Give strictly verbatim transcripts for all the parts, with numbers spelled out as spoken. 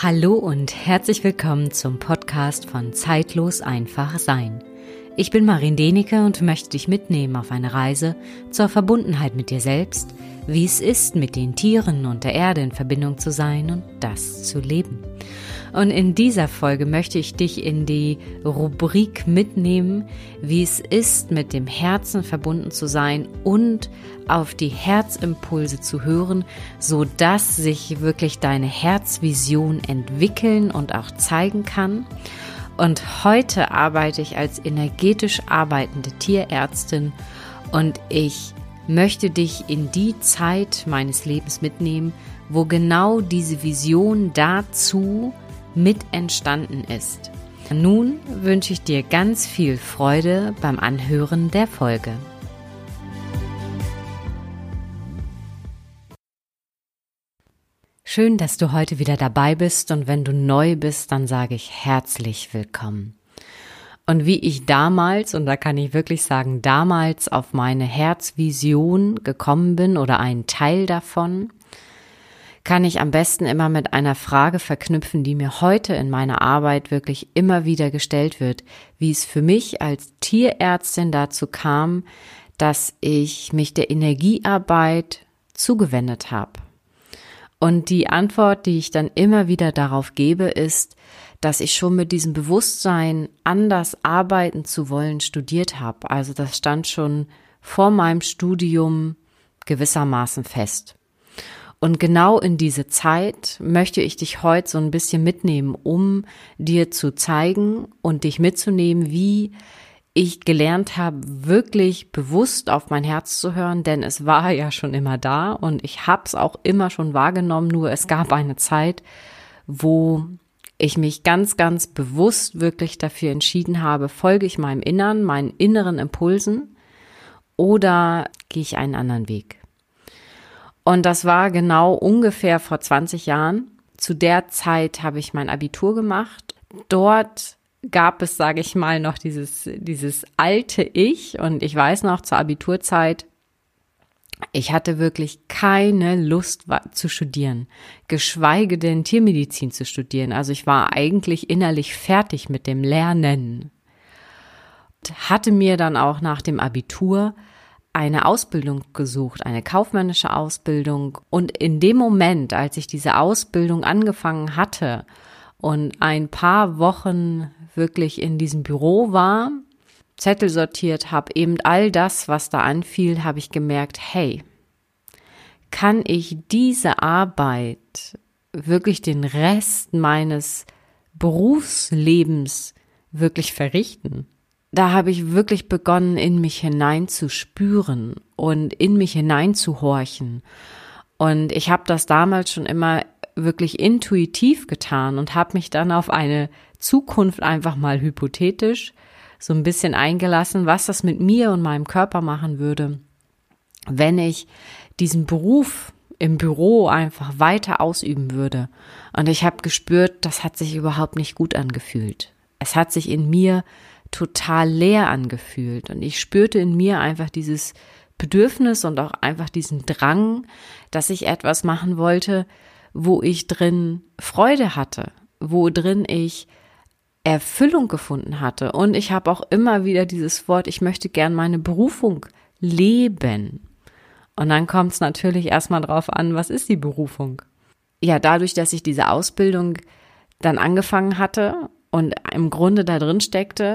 Hallo und herzlich willkommen zum Podcast von Zeitlos einfach sein. Ich bin Marin Denike und möchte dich mitnehmen auf eine Reise zur Verbundenheit mit dir selbst, wie es ist, mit den Tieren und der Erde in Verbindung zu sein und das zu leben. Und in dieser Folge möchte ich dich in die Rubrik mitnehmen, wie es ist, mit dem Herzen verbunden zu sein und auf die Herzimpulse zu hören, sodass sich wirklich deine Herzvision entwickeln und auch zeigen kann. Und heute arbeite ich als energetisch arbeitende Tierärztin und ich möchte dich in die Zeit meines Lebens mitnehmen, wo genau diese Vision dazu mit entstanden ist. Nun wünsche ich dir ganz viel Freude beim Anhören der Folge. Schön, dass du heute wieder dabei bist und wenn du neu bist, dann sage ich herzlich willkommen. Und wie ich damals, und da kann ich wirklich sagen, damals auf meine Herzvision gekommen bin oder einen Teil davon, kann ich am besten immer mit einer Frage verknüpfen, die mir heute in meiner Arbeit wirklich immer wieder gestellt wird, wie es für mich als Tierärztin dazu kam, dass ich mich der Energiearbeit zugewendet habe. Und die Antwort, die ich dann immer wieder darauf gebe, ist, dass ich schon mit diesem Bewusstsein, anders arbeiten zu wollen, studiert habe. Also das stand schon vor meinem Studium gewissermaßen fest. Und genau in diese Zeit möchte ich dich heute so ein bisschen mitnehmen, um dir zu zeigen und dich mitzunehmen, wie ich gelernt habe, wirklich bewusst auf mein Herz zu hören, denn es war ja schon immer da und ich habe es auch immer schon wahrgenommen, nur es gab eine Zeit, wo ich mich ganz, ganz bewusst wirklich dafür entschieden habe, folge ich meinem Innern, meinen inneren Impulsen oder gehe ich einen anderen Weg? Und das war genau ungefähr vor zwanzig Jahren. Zu der Zeit habe ich mein Abitur gemacht. Dort gab es, sage ich mal, noch dieses, dieses alte Ich. Und ich weiß noch, zur Abiturzeit, ich hatte wirklich keine Lust zu studieren, geschweige denn Tiermedizin zu studieren. Also ich war eigentlich innerlich fertig mit dem Lernen. Und hatte mir dann auch nach dem Abitur eine Ausbildung gesucht, eine kaufmännische Ausbildung. Und in dem Moment, als ich diese Ausbildung angefangen hatte und ein paar Wochen wirklich in diesem Büro war, Zettel sortiert habe, eben all das, was da anfiel, habe ich gemerkt, hey, kann ich diese Arbeit wirklich den Rest meines Berufslebens wirklich verrichten? Da habe ich wirklich begonnen, in mich hinein zu spüren und in mich hinein zu horchen. Und ich habe das damals schon immer wirklich intuitiv getan und habe mich dann auf eine Zukunft einfach mal hypothetisch so ein bisschen eingelassen, was das mit mir und meinem Körper machen würde, wenn ich diesen Beruf im Büro einfach weiter ausüben würde. Und ich habe gespürt, das hat sich überhaupt nicht gut angefühlt. Es hat sich in mir total leer angefühlt und ich spürte in mir einfach dieses Bedürfnis und auch einfach diesen Drang, dass ich etwas machen wollte, wo ich drin Freude hatte, wo drin ich Erfüllung gefunden hatte. Und ich habe auch immer wieder dieses Wort, ich möchte gern meine Berufung leben. Und dann kommt es natürlich erstmal drauf an, was ist die Berufung? Ja, dadurch, dass ich diese Ausbildung dann angefangen hatte und im Grunde da drin steckte,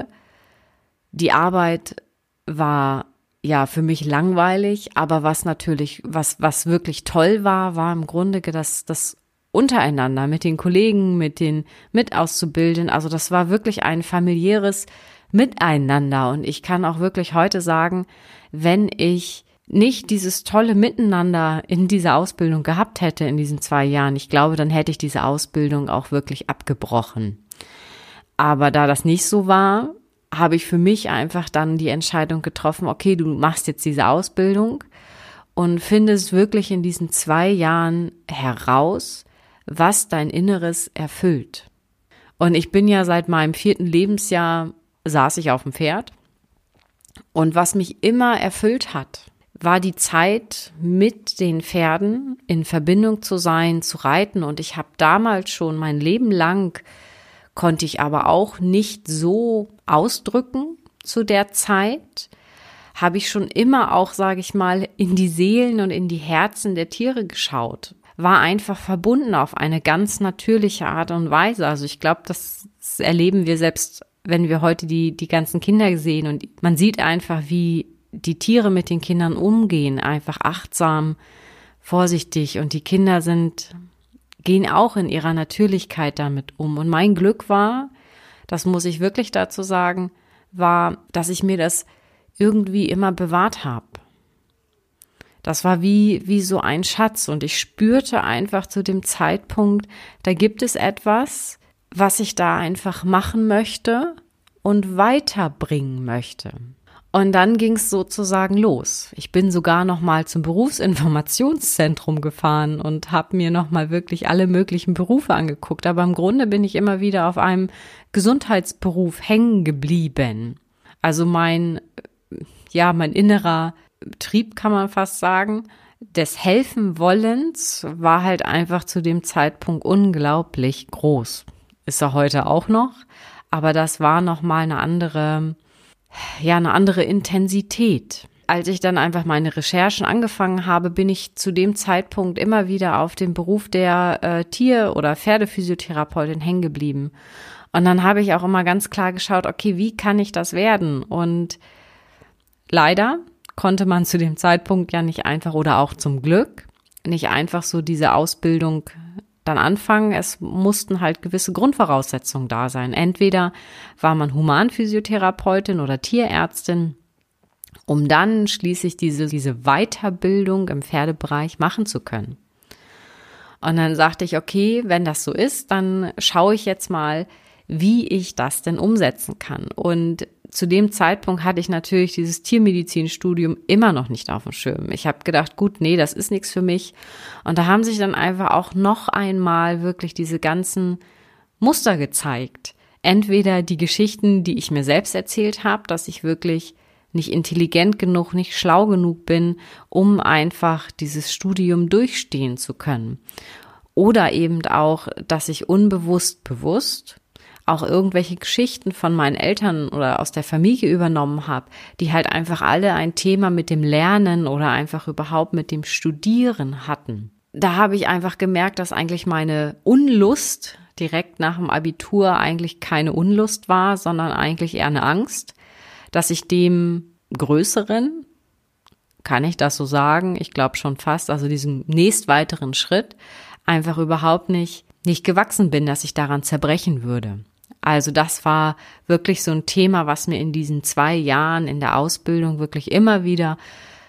die Arbeit war ja für mich langweilig, aber was natürlich, was was wirklich toll war, war im Grunde das, das untereinander mit den Kollegen, mit den Mitauszubildenden. Also das war wirklich ein familiäres Miteinander und ich kann auch wirklich heute sagen, wenn ich nicht dieses tolle Miteinander in dieser Ausbildung gehabt hätte in diesen zwei Jahren, ich glaube, dann hätte ich diese Ausbildung auch wirklich abgebrochen. Aber da das nicht so war, habe ich für mich einfach dann die Entscheidung getroffen, okay, du machst jetzt diese Ausbildung und findest wirklich in diesen zwei Jahren heraus, was dein Inneres erfüllt. Und ich bin ja seit meinem vierten Lebensjahr, saß ich auf dem Pferd und was mich immer erfüllt hat, war die Zeit, mit den Pferden in Verbindung zu sein, zu reiten. Und ich habe damals schon mein Leben lang, konnte ich aber auch nicht so ausdrücken zu der Zeit, habe ich schon immer auch, sage ich mal, in die Seelen und in die Herzen der Tiere geschaut. War einfach verbunden auf eine ganz natürliche Art und Weise. Also ich glaube, das erleben wir selbst, wenn wir heute die, die ganzen Kinder sehen. Und man sieht einfach, wie die Tiere mit den Kindern umgehen. Einfach achtsam, vorsichtig. Und die Kinder sind, gehen auch in ihrer Natürlichkeit damit um. Und mein Glück war, das muss ich wirklich dazu sagen, war, dass ich mir das irgendwie immer bewahrt habe. Das war wie, wie so ein Schatz und ich spürte einfach zu dem Zeitpunkt, da gibt es etwas, was ich da einfach machen möchte und weiterbringen möchte. Und dann ging es sozusagen los. Ich bin sogar noch mal zum Berufsinformationszentrum gefahren und habe mir noch mal wirklich alle möglichen Berufe angeguckt. Aber im Grunde bin ich immer wieder auf einem Gesundheitsberuf hängen geblieben. Also mein, ja, mein innerer Trieb, kann man fast sagen, des Helfenwollens war halt einfach zu dem Zeitpunkt unglaublich groß. Ist er heute auch noch, aber das war nochmal eine andere, ja, eine andere Intensität. Als ich dann einfach meine Recherchen angefangen habe, bin ich zu dem Zeitpunkt immer wieder auf den Beruf der äh, Tier- oder Pferdephysiotherapeutin hängen geblieben. Und dann habe ich auch immer ganz klar geschaut, okay, wie kann ich das werden? Und leider konnte man zu dem Zeitpunkt ja nicht einfach oder auch zum Glück nicht einfach so diese Ausbildung dann anfangen. Es mussten halt gewisse Grundvoraussetzungen da sein. Entweder war man Humanphysiotherapeutin oder Tierärztin, um dann schließlich diese, diese Weiterbildung im Pferdebereich machen zu können. Und dann sagte ich, okay, wenn das so ist, dann schaue ich jetzt mal, wie ich das denn umsetzen kann. Und zu dem Zeitpunkt hatte ich natürlich dieses Tiermedizinstudium immer noch nicht auf dem Schirm. Ich habe gedacht, gut, nee, das ist nichts für mich. Und da haben sich dann einfach auch noch einmal wirklich diese ganzen Muster gezeigt. Entweder die Geschichten, die ich mir selbst erzählt habe, dass ich wirklich nicht intelligent genug, nicht schlau genug bin, um einfach dieses Studium durchstehen zu können. Oder eben auch, dass ich unbewusst, bewusst auch irgendwelche Geschichten von meinen Eltern oder aus der Familie übernommen habe, die halt einfach alle ein Thema mit dem Lernen oder einfach überhaupt mit dem Studieren hatten. Da habe ich einfach gemerkt, dass eigentlich meine Unlust direkt nach dem Abitur eigentlich keine Unlust war, sondern eigentlich eher eine Angst, dass ich dem Größeren, kann ich das so sagen, ich glaube schon fast, also diesem nächst weiteren Schritt einfach überhaupt nicht, nicht gewachsen bin, dass ich daran zerbrechen würde. Also das war wirklich so ein Thema, was mir in diesen zwei Jahren in der Ausbildung wirklich immer wieder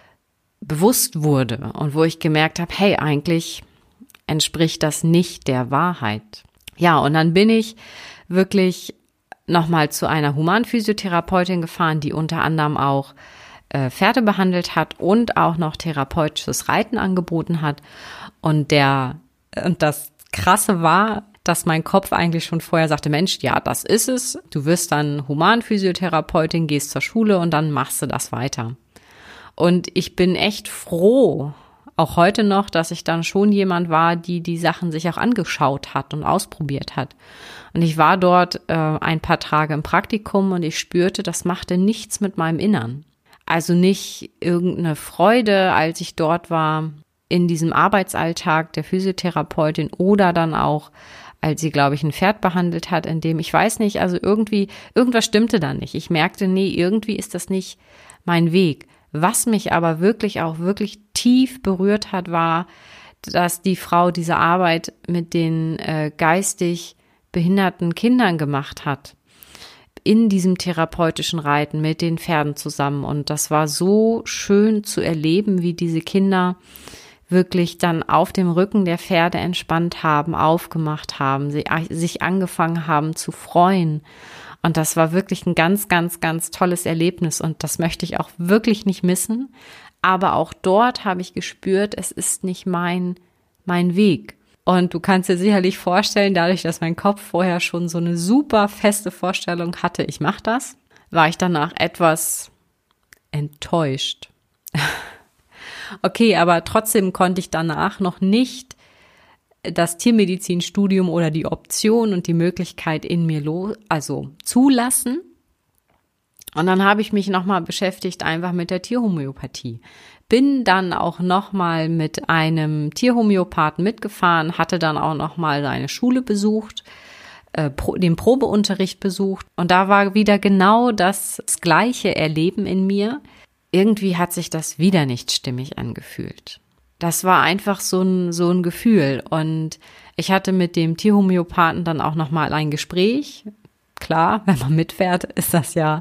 bewusst wurde und wo ich gemerkt habe, hey, eigentlich entspricht das nicht der Wahrheit. Ja, und dann bin ich wirklich nochmal zu einer Humanphysiotherapeutin gefahren, die unter anderem auch äh, Pferde behandelt hat und auch noch therapeutisches Reiten angeboten hat. Und der und das Krasse war, dass mein Kopf eigentlich schon vorher sagte, Mensch, ja, das ist es. Du wirst dann Humanphysiotherapeutin, gehst zur Schule und dann machst du das weiter. Und ich bin echt froh, auch heute noch, dass ich dann schon jemand war, die die Sachen sich auch angeschaut hat und ausprobiert hat. Und ich war dort äh, ein paar Tage im Praktikum und ich spürte, das machte nichts mit meinem Innern. Also nicht irgendeine Freude, als ich dort war, in diesem Arbeitsalltag der Physiotherapeutin oder dann auch, als sie, glaube ich, ein Pferd behandelt hat, in dem, ich weiß nicht, also irgendwie, irgendwas stimmte da nicht. Ich merkte, nee, irgendwie ist das nicht mein Weg. Was mich aber wirklich auch wirklich tief berührt hat, war, dass die Frau diese Arbeit mit den äh, geistig behinderten Kindern gemacht hat. In diesem therapeutischen Reiten mit den Pferden zusammen. Und das war so schön zu erleben, wie diese Kinder wirklich dann auf dem Rücken der Pferde entspannt haben, aufgemacht haben, sie, sich angefangen haben zu freuen. Und das war wirklich ein ganz, ganz, ganz tolles Erlebnis und das möchte ich auch wirklich nicht missen. Aber auch dort habe ich gespürt, es ist nicht mein, mein Weg. Und du kannst dir sicherlich vorstellen, dadurch, dass mein Kopf vorher schon so eine super feste Vorstellung hatte, ich mache das, war ich danach etwas enttäuscht. Okay, aber trotzdem konnte ich danach noch nicht das Tiermedizinstudium oder die Option und die Möglichkeit in mir lo- also zulassen. Und dann habe ich mich nochmal beschäftigt einfach mit der Tierhomöopathie. Bin dann auch nochmal mit einem Tierhomöopathen mitgefahren, hatte dann auch nochmal seine Schule besucht, äh, pro, den Probeunterricht besucht. Und da war wieder genau das, das gleiche Erleben in mir. Irgendwie hat sich das wieder nicht stimmig angefühlt. Das war einfach so ein, so ein Gefühl. Und ich hatte mit dem Tierhomöopathen dann auch nochmal ein Gespräch. Klar, wenn man mitfährt, ist das ja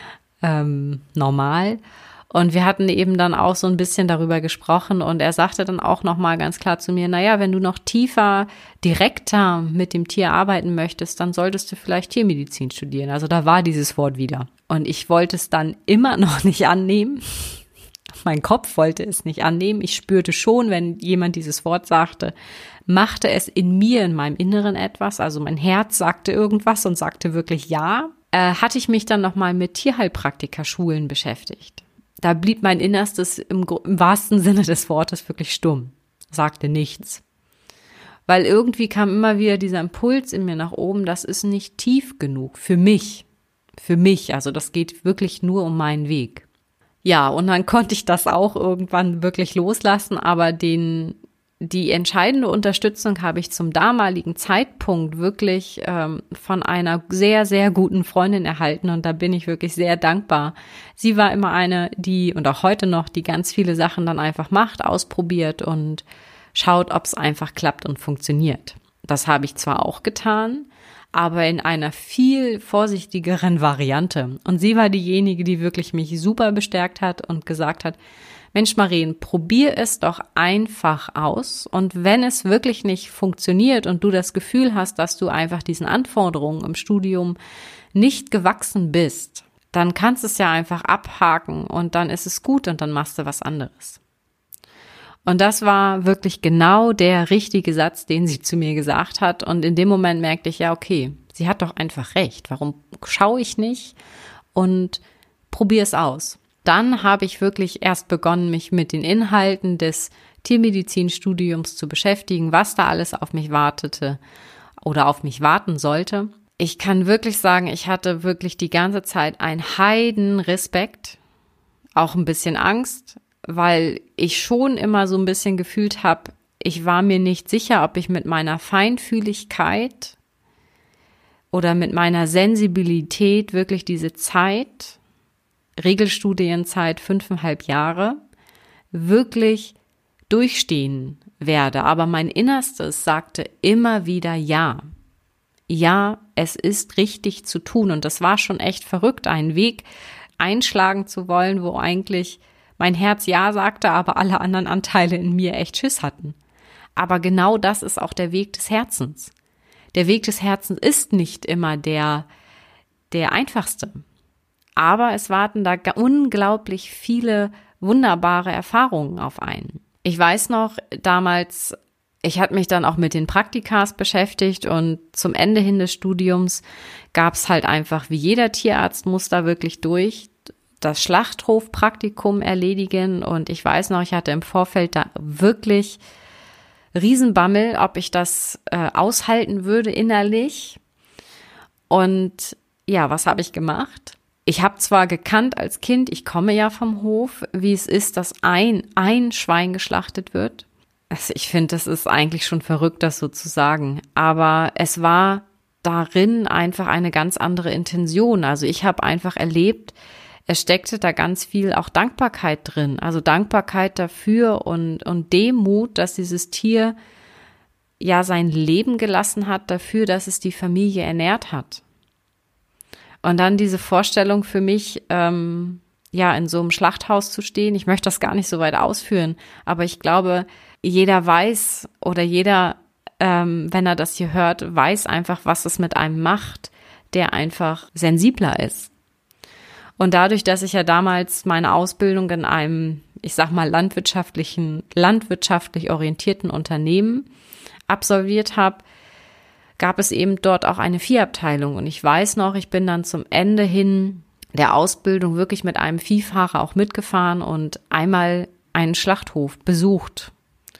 ähm, normal. Und wir hatten eben dann auch so ein bisschen darüber gesprochen und er sagte dann auch nochmal ganz klar zu mir, naja, wenn du noch tiefer, direkter mit dem Tier arbeiten möchtest, dann solltest du vielleicht Tiermedizin studieren. Also da war dieses Wort wieder. Und ich wollte es dann immer noch nicht annehmen. Mein Kopf wollte es nicht annehmen. Ich spürte schon, wenn jemand dieses Wort sagte, machte es in mir, in meinem Inneren etwas. Also mein Herz sagte irgendwas und sagte wirklich ja. Äh, hatte ich mich dann nochmal mit Tierheilpraktikerschulen beschäftigt. Da blieb mein Innerstes im, im wahrsten Sinne des Wortes wirklich stumm, sagte nichts. Weil irgendwie kam immer wieder dieser Impuls in mir nach oben, das ist nicht tief genug für mich. Für mich, also das geht wirklich nur um meinen Weg. Ja, und dann konnte ich das auch irgendwann wirklich loslassen, aber den, die entscheidende Unterstützung habe ich zum damaligen Zeitpunkt wirklich ähm, von einer sehr, sehr guten Freundin erhalten und da bin ich wirklich sehr dankbar. Sie war immer eine, die und auch heute noch, die ganz viele Sachen dann einfach macht, ausprobiert und schaut, ob es einfach klappt und funktioniert. Das habe ich zwar auch getan, aber in einer viel vorsichtigeren Variante. Und sie war diejenige, die wirklich mich super bestärkt hat und gesagt hat, Mensch Maren, probier es doch einfach aus und wenn es wirklich nicht funktioniert und du das Gefühl hast, dass du einfach diesen Anforderungen im Studium nicht gewachsen bist, dann kannst du es ja einfach abhaken und dann ist es gut und dann machst du was anderes. Und das war wirklich genau der richtige Satz, den sie zu mir gesagt hat und in dem Moment merkte ich, ja okay, sie hat doch einfach recht, warum schaue ich nicht und probiere es aus. Dann habe ich wirklich erst begonnen, mich mit den Inhalten des Tiermedizinstudiums zu beschäftigen, was da alles auf mich wartete oder auf mich warten sollte. Ich kann wirklich sagen, ich hatte wirklich die ganze Zeit einen Heidenrespekt, auch ein bisschen Angst, weil ich schon immer so ein bisschen gefühlt habe, ich war mir nicht sicher, ob ich mit meiner Feinfühligkeit oder mit meiner Sensibilität wirklich diese Zeit, Regelstudienzeit fünfeinhalb Jahre, wirklich durchstehen werde. Aber mein Innerstes sagte immer wieder ja. Ja, es ist richtig zu tun. Und das war schon echt verrückt, einen Weg einschlagen zu wollen, wo eigentlich mein Herz ja sagte, aber alle anderen Anteile in mir echt Schiss hatten. Aber genau das ist auch der Weg des Herzens. Der Weg des Herzens ist nicht immer der, der einfachste. Aber es warten da unglaublich viele wunderbare Erfahrungen auf einen. Ich weiß noch, damals, ich hatte mich dann auch mit den Praktikas beschäftigt und zum Ende hin des Studiums gab es halt einfach, wie jeder Tierarzt muss da wirklich durch, das Schlachthofpraktikum erledigen. Und ich weiß noch, ich hatte im Vorfeld da wirklich Riesenbammel, ob ich das äh, aushalten würde innerlich. Und ja, was habe ich gemacht? Ich habe zwar gekannt als Kind, ich komme ja vom Hof, wie es ist, dass ein, ein Schwein geschlachtet wird. Also ich finde, das ist eigentlich schon verrückt, das so zu sagen. Aber es war darin einfach eine ganz andere Intention. Also ich habe einfach erlebt, es steckte da ganz viel auch Dankbarkeit drin. Also Dankbarkeit dafür und, und Demut, dass dieses Tier ja sein Leben gelassen hat dafür, dass es die Familie ernährt hat. Und dann diese Vorstellung für mich, ähm, ja, in so einem Schlachthaus zu stehen. Ich möchte das gar nicht so weit ausführen, aber ich glaube, jeder weiß oder jeder, ähm, wenn er das hier hört, weiß einfach, was es mit einem macht, der einfach sensibler ist. Und dadurch, dass ich ja damals meine Ausbildung in einem, ich sag mal, landwirtschaftlichen, landwirtschaftlich orientierten Unternehmen absolviert habe, gab es eben dort auch eine Viehabteilung. Und ich weiß noch, ich bin dann zum Ende hin der Ausbildung wirklich mit einem Viehfahrer auch mitgefahren und einmal einen Schlachthof besucht.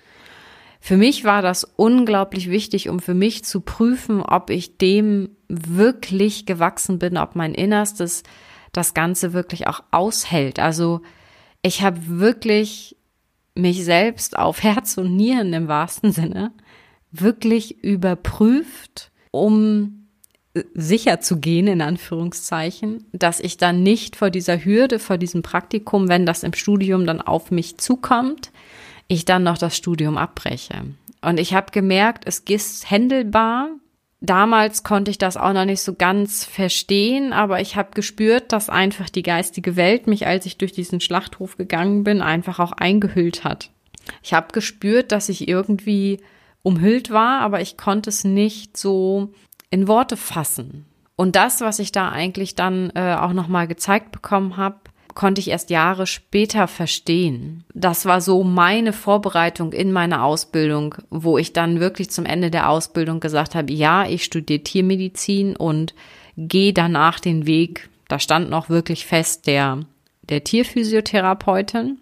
Für mich war das unglaublich wichtig, um für mich zu prüfen, ob ich dem wirklich gewachsen bin, ob mein Innerstes das Ganze wirklich auch aushält. Also ich habe wirklich mich selbst auf Herz und Nieren im wahrsten Sinne wirklich überprüft, um sicher zu gehen, in Anführungszeichen, dass ich dann nicht vor dieser Hürde, vor diesem Praktikum, wenn das im Studium dann auf mich zukommt, ich dann noch das Studium abbreche. Und ich habe gemerkt, es ist händelbar. Damals konnte ich das auch noch nicht so ganz verstehen, aber ich habe gespürt, dass einfach die geistige Welt mich, als ich durch diesen Schlachthof gegangen bin, einfach auch eingehüllt hat. Ich habe gespürt, dass ich irgendwie umhüllt war, aber ich konnte es nicht so in Worte fassen. Und das, was ich da eigentlich dann äh, auch nochmal gezeigt bekommen habe, konnte ich erst Jahre später verstehen. Das war so meine Vorbereitung in meiner Ausbildung, wo ich dann wirklich zum Ende der Ausbildung gesagt habe, ja, ich studiere Tiermedizin und gehe danach den Weg, da stand noch wirklich fest, der, der Tierphysiotherapeutin.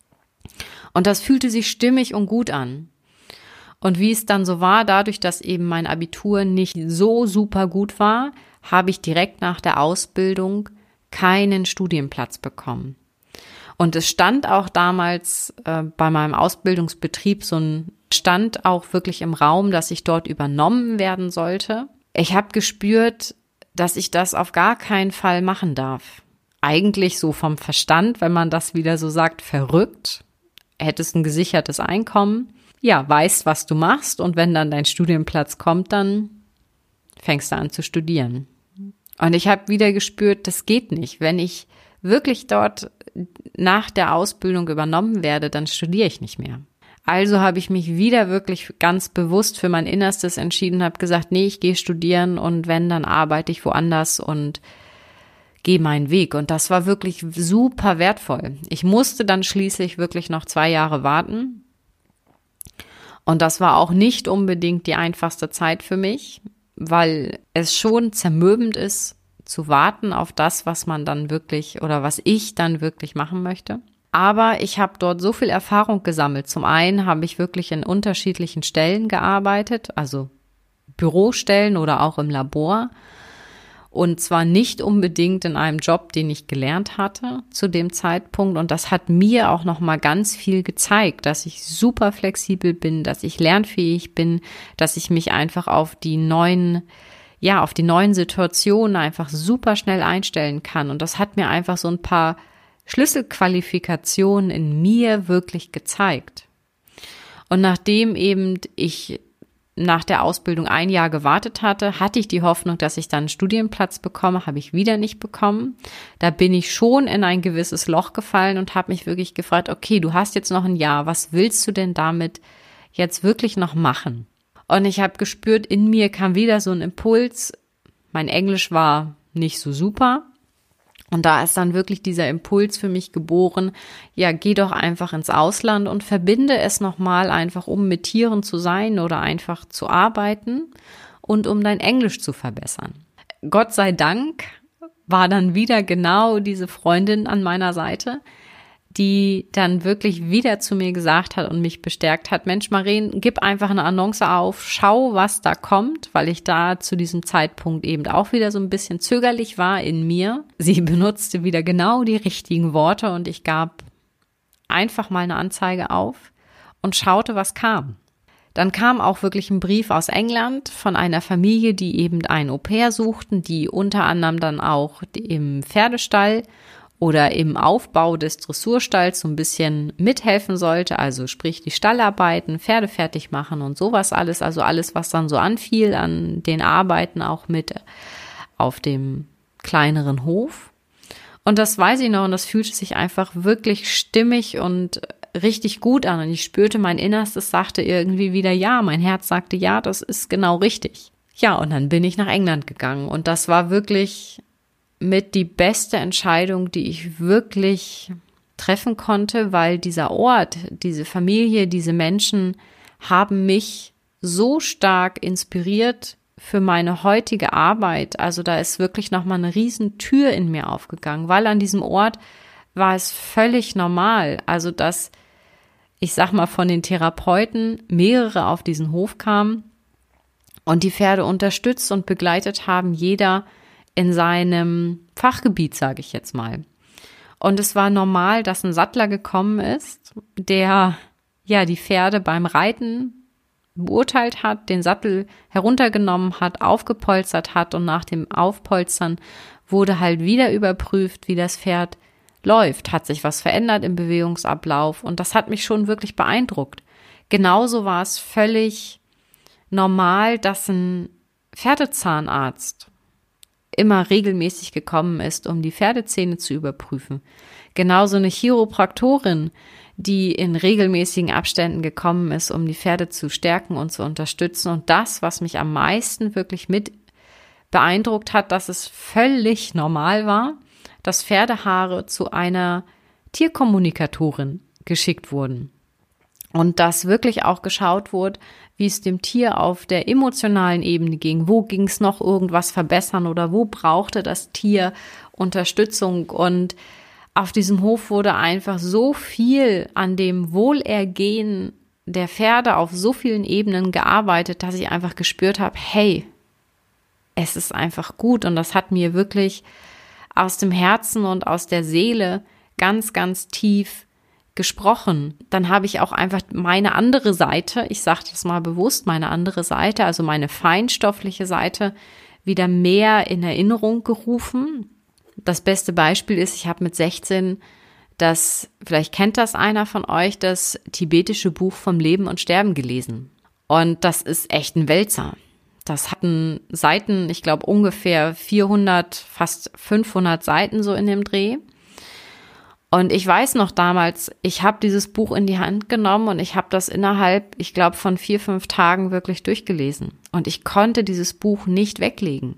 Und das fühlte sich stimmig und gut an. Und wie es dann so war, dadurch, dass eben mein Abitur nicht so super gut war, habe ich direkt nach der Ausbildung keinen Studienplatz bekommen. Und es stand auch damals äh, bei meinem Ausbildungsbetrieb so ein stand auch wirklich im Raum, dass ich dort übernommen werden sollte. Ich habe gespürt, dass ich das auf gar keinen Fall machen darf. Eigentlich so vom Verstand, wenn man das wieder so sagt, verrückt. Hättest ein gesichertes Einkommen. Ja, weißt, was du machst und wenn dann dein Studienplatz kommt, dann fängst du an zu studieren. Und ich habe wieder gespürt, das geht nicht. Wenn ich wirklich dort nach der Ausbildung übernommen werde, dann studiere ich nicht mehr. Also habe ich mich wieder wirklich ganz bewusst für mein Innerstes entschieden, habe gesagt, nee, ich gehe studieren und wenn, dann arbeite ich woanders und gehe meinen Weg. Und das war wirklich super wertvoll. Ich musste dann schließlich wirklich noch zwei Jahre warten. Und das war auch nicht unbedingt die einfachste Zeit für mich, weil es schon zermürbend ist, zu warten auf das, was man dann wirklich oder was ich dann wirklich machen möchte. Aber ich habe dort so viel Erfahrung gesammelt. Zum einen habe ich wirklich in unterschiedlichen Stellen gearbeitet, also Bürostellen oder auch im Labor. Und zwar nicht unbedingt in einem Job, den ich gelernt hatte zu dem Zeitpunkt. Und das hat mir auch nochmal ganz viel gezeigt, dass ich super flexibel bin, dass ich lernfähig bin, dass ich mich einfach auf die neuen, ja, auf die neuen Situationen einfach super schnell einstellen kann. Und das hat mir einfach so ein paar Schlüsselqualifikationen in mir wirklich gezeigt. Und nachdem eben ich nach der Ausbildung ein Jahr gewartet hatte, hatte ich die Hoffnung, dass ich dann einen Studienplatz bekomme, habe ich wieder nicht bekommen. Da bin ich schon in ein gewisses Loch gefallen und habe mich wirklich gefragt, okay, du hast jetzt noch ein Jahr, was willst du denn damit jetzt wirklich noch machen? Und ich habe gespürt, in mir kam wieder so ein Impuls, mein Englisch war nicht so super. Und da ist dann wirklich dieser Impuls für mich geboren, ja, geh doch einfach ins Ausland und verbinde es nochmal einfach, um mit Tieren zu sein oder einfach zu arbeiten und um dein Englisch zu verbessern. Gott sei Dank war dann wieder genau diese Freundin an meiner Seite, die dann wirklich wieder zu mir gesagt hat und mich bestärkt hat, Mensch, Maren, gib einfach eine Annonce auf, schau, was da kommt, weil ich da zu diesem Zeitpunkt eben auch wieder so ein bisschen zögerlich war in mir. Sie benutzte wieder genau die richtigen Worte und ich gab einfach mal eine Anzeige auf und schaute, was kam. Dann kam auch wirklich ein Brief aus England von einer Familie, die eben ein Au-pair suchten, die unter anderem dann auch im Pferdestall oder im Aufbau des Dressurstalls so ein bisschen mithelfen sollte, also sprich die Stallarbeiten, Pferde fertig machen und sowas alles, also alles, was dann so anfiel an den Arbeiten auch mit auf dem kleineren Hof. Und das weiß ich noch und das fühlte sich einfach wirklich stimmig und richtig gut an und ich spürte, mein Innerstes sagte irgendwie wieder ja, mein Herz sagte ja, das ist genau richtig. Ja, und dann bin ich nach England gegangen und das war wirklich mit die beste Entscheidung, die ich wirklich treffen konnte, weil dieser Ort, diese Familie, diese Menschen haben mich so stark inspiriert für meine heutige Arbeit. Also da ist wirklich nochmal eine riesen Tür in mir aufgegangen, weil an diesem Ort war es völlig normal. Also dass ich sag mal, von den Therapeuten mehrere auf diesen Hof kamen und die Pferde unterstützt und begleitet haben, jeder in seinem Fachgebiet, sage ich jetzt mal. Und es war normal, dass ein Sattler gekommen ist, der ja die Pferde beim Reiten beurteilt hat, den Sattel heruntergenommen hat, aufgepolstert hat und nach dem Aufpolstern wurde halt wieder überprüft, wie das Pferd läuft. Hat sich was verändert im Bewegungsablauf und das hat mich schon wirklich beeindruckt. Genauso war es völlig normal, dass ein Pferdezahnarzt immer regelmäßig gekommen ist, um die Pferdezähne zu überprüfen. Genauso eine Chiropraktorin, die in regelmäßigen Abständen gekommen ist, um die Pferde zu stärken und zu unterstützen. Und das, was mich am meisten wirklich mit beeindruckt hat, dass es völlig normal war, dass Pferdehaare zu einer Tierkommunikatorin geschickt wurden. Und dass wirklich auch geschaut wurde, wie es dem Tier auf der emotionalen Ebene ging. Wo ging es noch irgendwas verbessern oder wo brauchte das Tier Unterstützung? Und auf diesem Hof wurde einfach so viel an dem Wohlergehen der Pferde auf so vielen Ebenen gearbeitet, dass ich einfach gespürt habe, hey, es ist einfach gut. Und das hat mir wirklich aus dem Herzen und aus der Seele ganz, ganz tief gesprochen. Dann habe ich auch einfach meine andere Seite, ich sage das mal bewusst, meine andere Seite, also meine feinstoffliche Seite, wieder mehr in Erinnerung gerufen. Das beste Beispiel ist, ich habe mit sechzehn das, vielleicht kennt das einer von euch, das tibetische Buch vom Leben und Sterben gelesen. Und das ist echt ein Wälzer. Das hatten Seiten, ich glaube ungefähr vierhundert, fast fünfhundert Seiten so in dem Dreh. Und ich weiß noch damals, ich habe dieses Buch in die Hand genommen und ich habe das innerhalb, ich glaube, von vier, fünf Tagen wirklich durchgelesen. Und ich konnte dieses Buch nicht weglegen.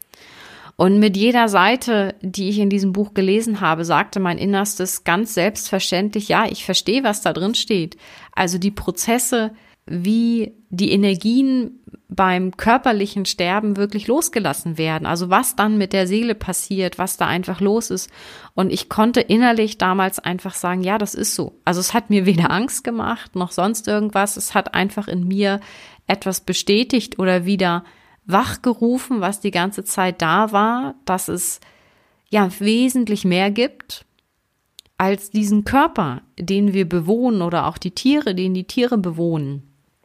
Und mit jeder Seite, die ich in diesem Buch gelesen habe, sagte mein Innerstes ganz selbstverständlich, ja, ich verstehe, was da drin steht. Also die Prozesse, wie die Energien beim körperlichen Sterben wirklich losgelassen werden. Also was dann mit der Seele passiert, was da einfach los ist. Und ich konnte innerlich damals einfach sagen, ja, das ist so. Also es hat mir weder Angst gemacht, noch sonst irgendwas. Es hat einfach in mir etwas bestätigt oder wieder wachgerufen, was die ganze Zeit da war, dass es ja wesentlich mehr gibt als diesen Körper, den wir bewohnen oder auch die Tiere, den die Tiere bewohnen.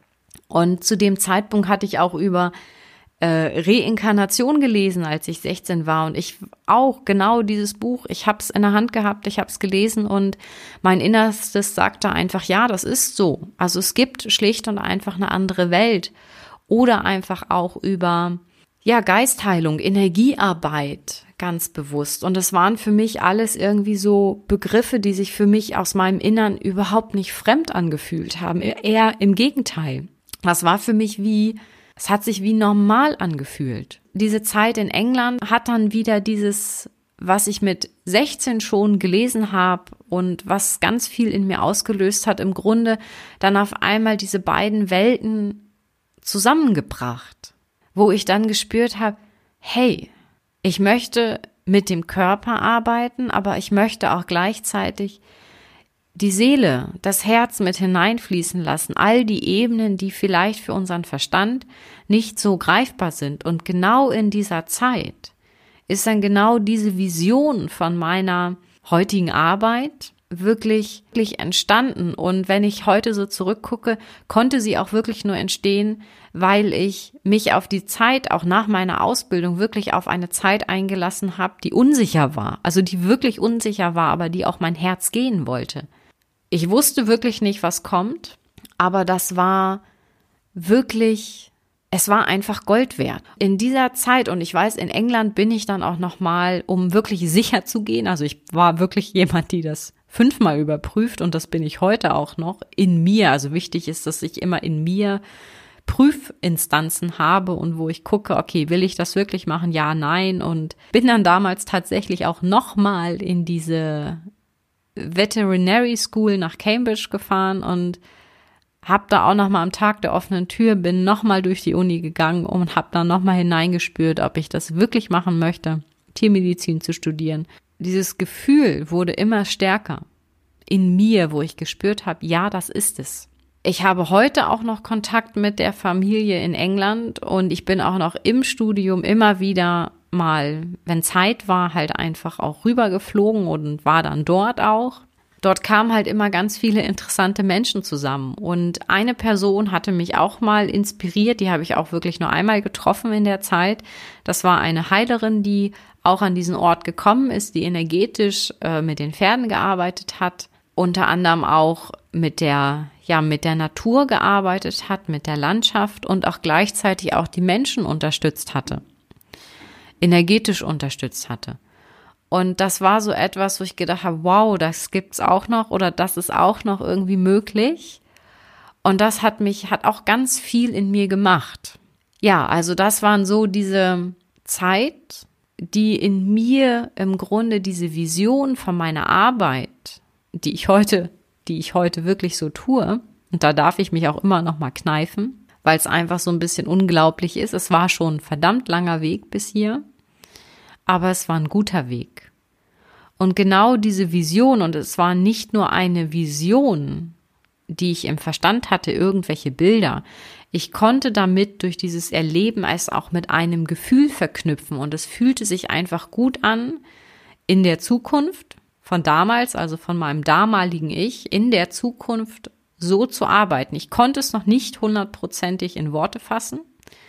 Und zu dem Zeitpunkt hatte ich auch über äh, Reinkarnation gelesen, als ich sechzehn war. Und ich auch genau dieses Buch, ich habe es in der Hand gehabt, ich habe es gelesen und mein Innerstes sagte einfach, ja, das ist so. Also es gibt schlicht und einfach eine andere Welt. Oder einfach auch über ja Geistheilung, Energiearbeit, ganz bewusst. Und das waren für mich alles irgendwie so Begriffe, die sich für mich aus meinem Innern überhaupt nicht fremd angefühlt haben. Eher im Gegenteil. Das war für mich wie, es hat sich wie normal angefühlt. Diese Zeit in England hat dann wieder dieses, was ich mit sechzehn schon gelesen habe und was ganz viel in mir ausgelöst hat, im Grunde dann auf einmal diese beiden Welten zusammengebracht, wo ich dann gespürt habe, hey, ich möchte mit dem Körper arbeiten, aber ich möchte auch gleichzeitig die Seele, das Herz mit hineinfließen lassen, all die Ebenen, die vielleicht für unseren Verstand nicht so greifbar sind. Und genau in dieser Zeit ist dann genau diese Vision von meiner heutigen Arbeit wirklich, wirklich entstanden. Und wenn ich heute so zurückgucke, konnte sie auch wirklich nur entstehen, weil ich mich auf die Zeit, auch nach meiner Ausbildung, wirklich auf eine Zeit eingelassen habe, die unsicher war. Also die wirklich unsicher war, aber die auch mein Herz gehen wollte. Ich wusste wirklich nicht, was kommt, aber das war wirklich, es war einfach Gold wert. In dieser Zeit, und ich weiß, in England bin ich dann auch nochmal, um wirklich sicher zu gehen, also ich war wirklich jemand, die das fünfmal überprüft und das bin ich heute auch noch in mir. Also wichtig ist, dass ich immer in mir Prüfinstanzen habe und wo ich gucke, okay, will ich das wirklich machen? Ja, nein. Und bin dann damals tatsächlich auch nochmal in diese Veterinary School nach Cambridge gefahren und habe da auch nochmal am Tag der offenen Tür, bin nochmal durch die Uni gegangen und habe da nochmal hineingespürt, ob ich das wirklich machen möchte, Tiermedizin zu studieren. Dieses Gefühl wurde immer stärker. in mir, wo ich gespürt habe, ja, das ist es. Ich habe heute auch noch Kontakt mit der Familie in England und ich bin auch noch im Studium immer wieder mal, wenn Zeit war, halt einfach auch rübergeflogen und war dann dort auch. Dort kamen halt immer ganz viele interessante Menschen zusammen und eine Person hatte mich auch mal inspiriert, die habe ich auch wirklich nur einmal getroffen in der Zeit. Das war eine Heilerin, die auch an diesen Ort gekommen ist, die energetisch äh, mit den Pferden gearbeitet hat, unter anderem auch mit der, ja, mit der Natur gearbeitet hat, mit der Landschaft und auch gleichzeitig auch die Menschen unterstützt hatte, energetisch unterstützt hatte. Und das war so etwas, wo ich gedacht habe, wow, das gibt's auch noch oder das ist auch noch irgendwie möglich. Und das hat mich, hat auch ganz viel in mir gemacht. Ja, also das waren so diese Zeit, die in mir im Grunde diese Vision von meiner Arbeit, die ich heute, die ich heute wirklich so tue, und da darf ich mich auch immer noch mal kneifen, weil es einfach so ein bisschen unglaublich ist. Es war schon ein verdammt langer Weg bis hier. Aber es war ein guter Weg. Und genau diese Vision, und es war nicht nur eine Vision, die ich im Verstand hatte, irgendwelche Bilder. Ich konnte damit durch dieses Erleben es auch mit einem Gefühl verknüpfen und es fühlte sich einfach gut an, in der Zukunft von damals, also von meinem damaligen Ich, in der Zukunft so zu arbeiten. Ich konnte es noch nicht hundertprozentig in Worte fassen,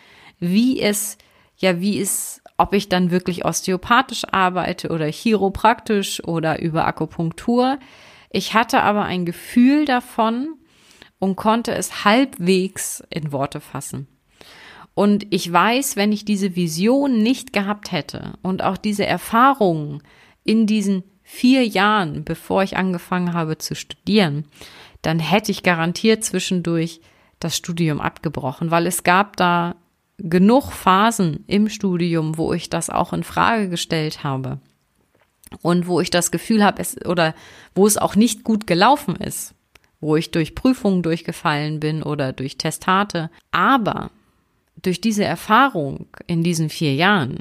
wie es, ja, wie es ob ich dann wirklich osteopathisch arbeite oder chiropraktisch oder über Akupunktur. Ich hatte aber ein Gefühl davon und konnte es halbwegs in Worte fassen. Und ich weiß, wenn ich diese Vision nicht gehabt hätte und auch diese Erfahrungen in diesen vier Jahren, bevor ich angefangen habe zu studieren, dann hätte ich garantiert zwischendurch das Studium abgebrochen, weil es gab da genug Phasen im Studium, wo ich das auch in Frage gestellt habe und wo ich das Gefühl habe, es oder wo es auch nicht gut gelaufen ist, wo ich durch Prüfungen durchgefallen bin oder durch Testate. Aber durch diese Erfahrung in diesen vier Jahren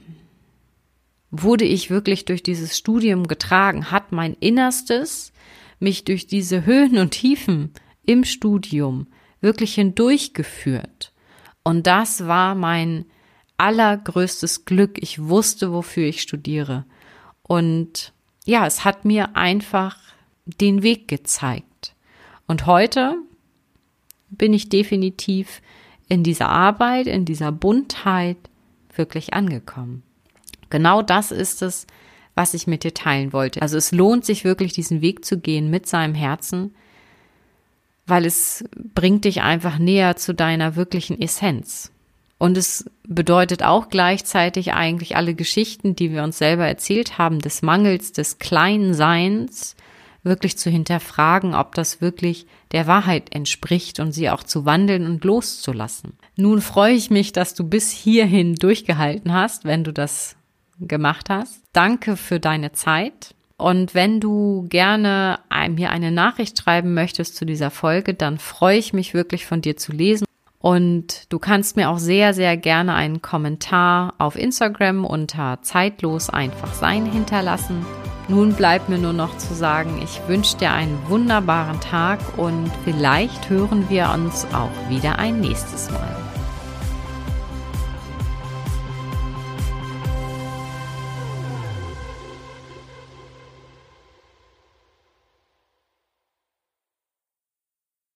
wurde ich wirklich durch dieses Studium getragen, hat mein Innerstes mich durch diese Höhen und Tiefen im Studium wirklich hindurchgeführt. Und das war mein allergrößtes Glück. Ich wusste, wofür ich studiere. Und ja, es hat mir einfach den Weg gezeigt. Und heute bin ich definitiv in dieser Arbeit, in dieser Buntheit wirklich angekommen. Genau das ist es, was ich mit dir teilen wollte. Also es lohnt sich wirklich, diesen Weg zu gehen mit seinem Herzen, weil es bringt dich einfach näher zu deiner wirklichen Essenz. Und es bedeutet auch gleichzeitig eigentlich alle Geschichten, die wir uns selber erzählt haben, des Mangels, des kleinen Seins, wirklich zu hinterfragen, ob das wirklich der Wahrheit entspricht und sie auch zu wandeln und loszulassen. Nun freue ich mich, dass du bis hierhin durchgehalten hast, wenn du das gemacht hast. Danke für deine Zeit. Und wenn du gerne mir eine Nachricht schreiben möchtest zu dieser Folge, dann freue ich mich wirklich von dir zu lesen. Und du kannst mir auch sehr, sehr gerne einen Kommentar auf Instagram unter zeitlos einfach sein hinterlassen. Nun bleibt mir nur noch zu sagen, ich wünsche dir einen wunderbaren Tag und vielleicht hören wir uns auch wieder ein nächstes Mal.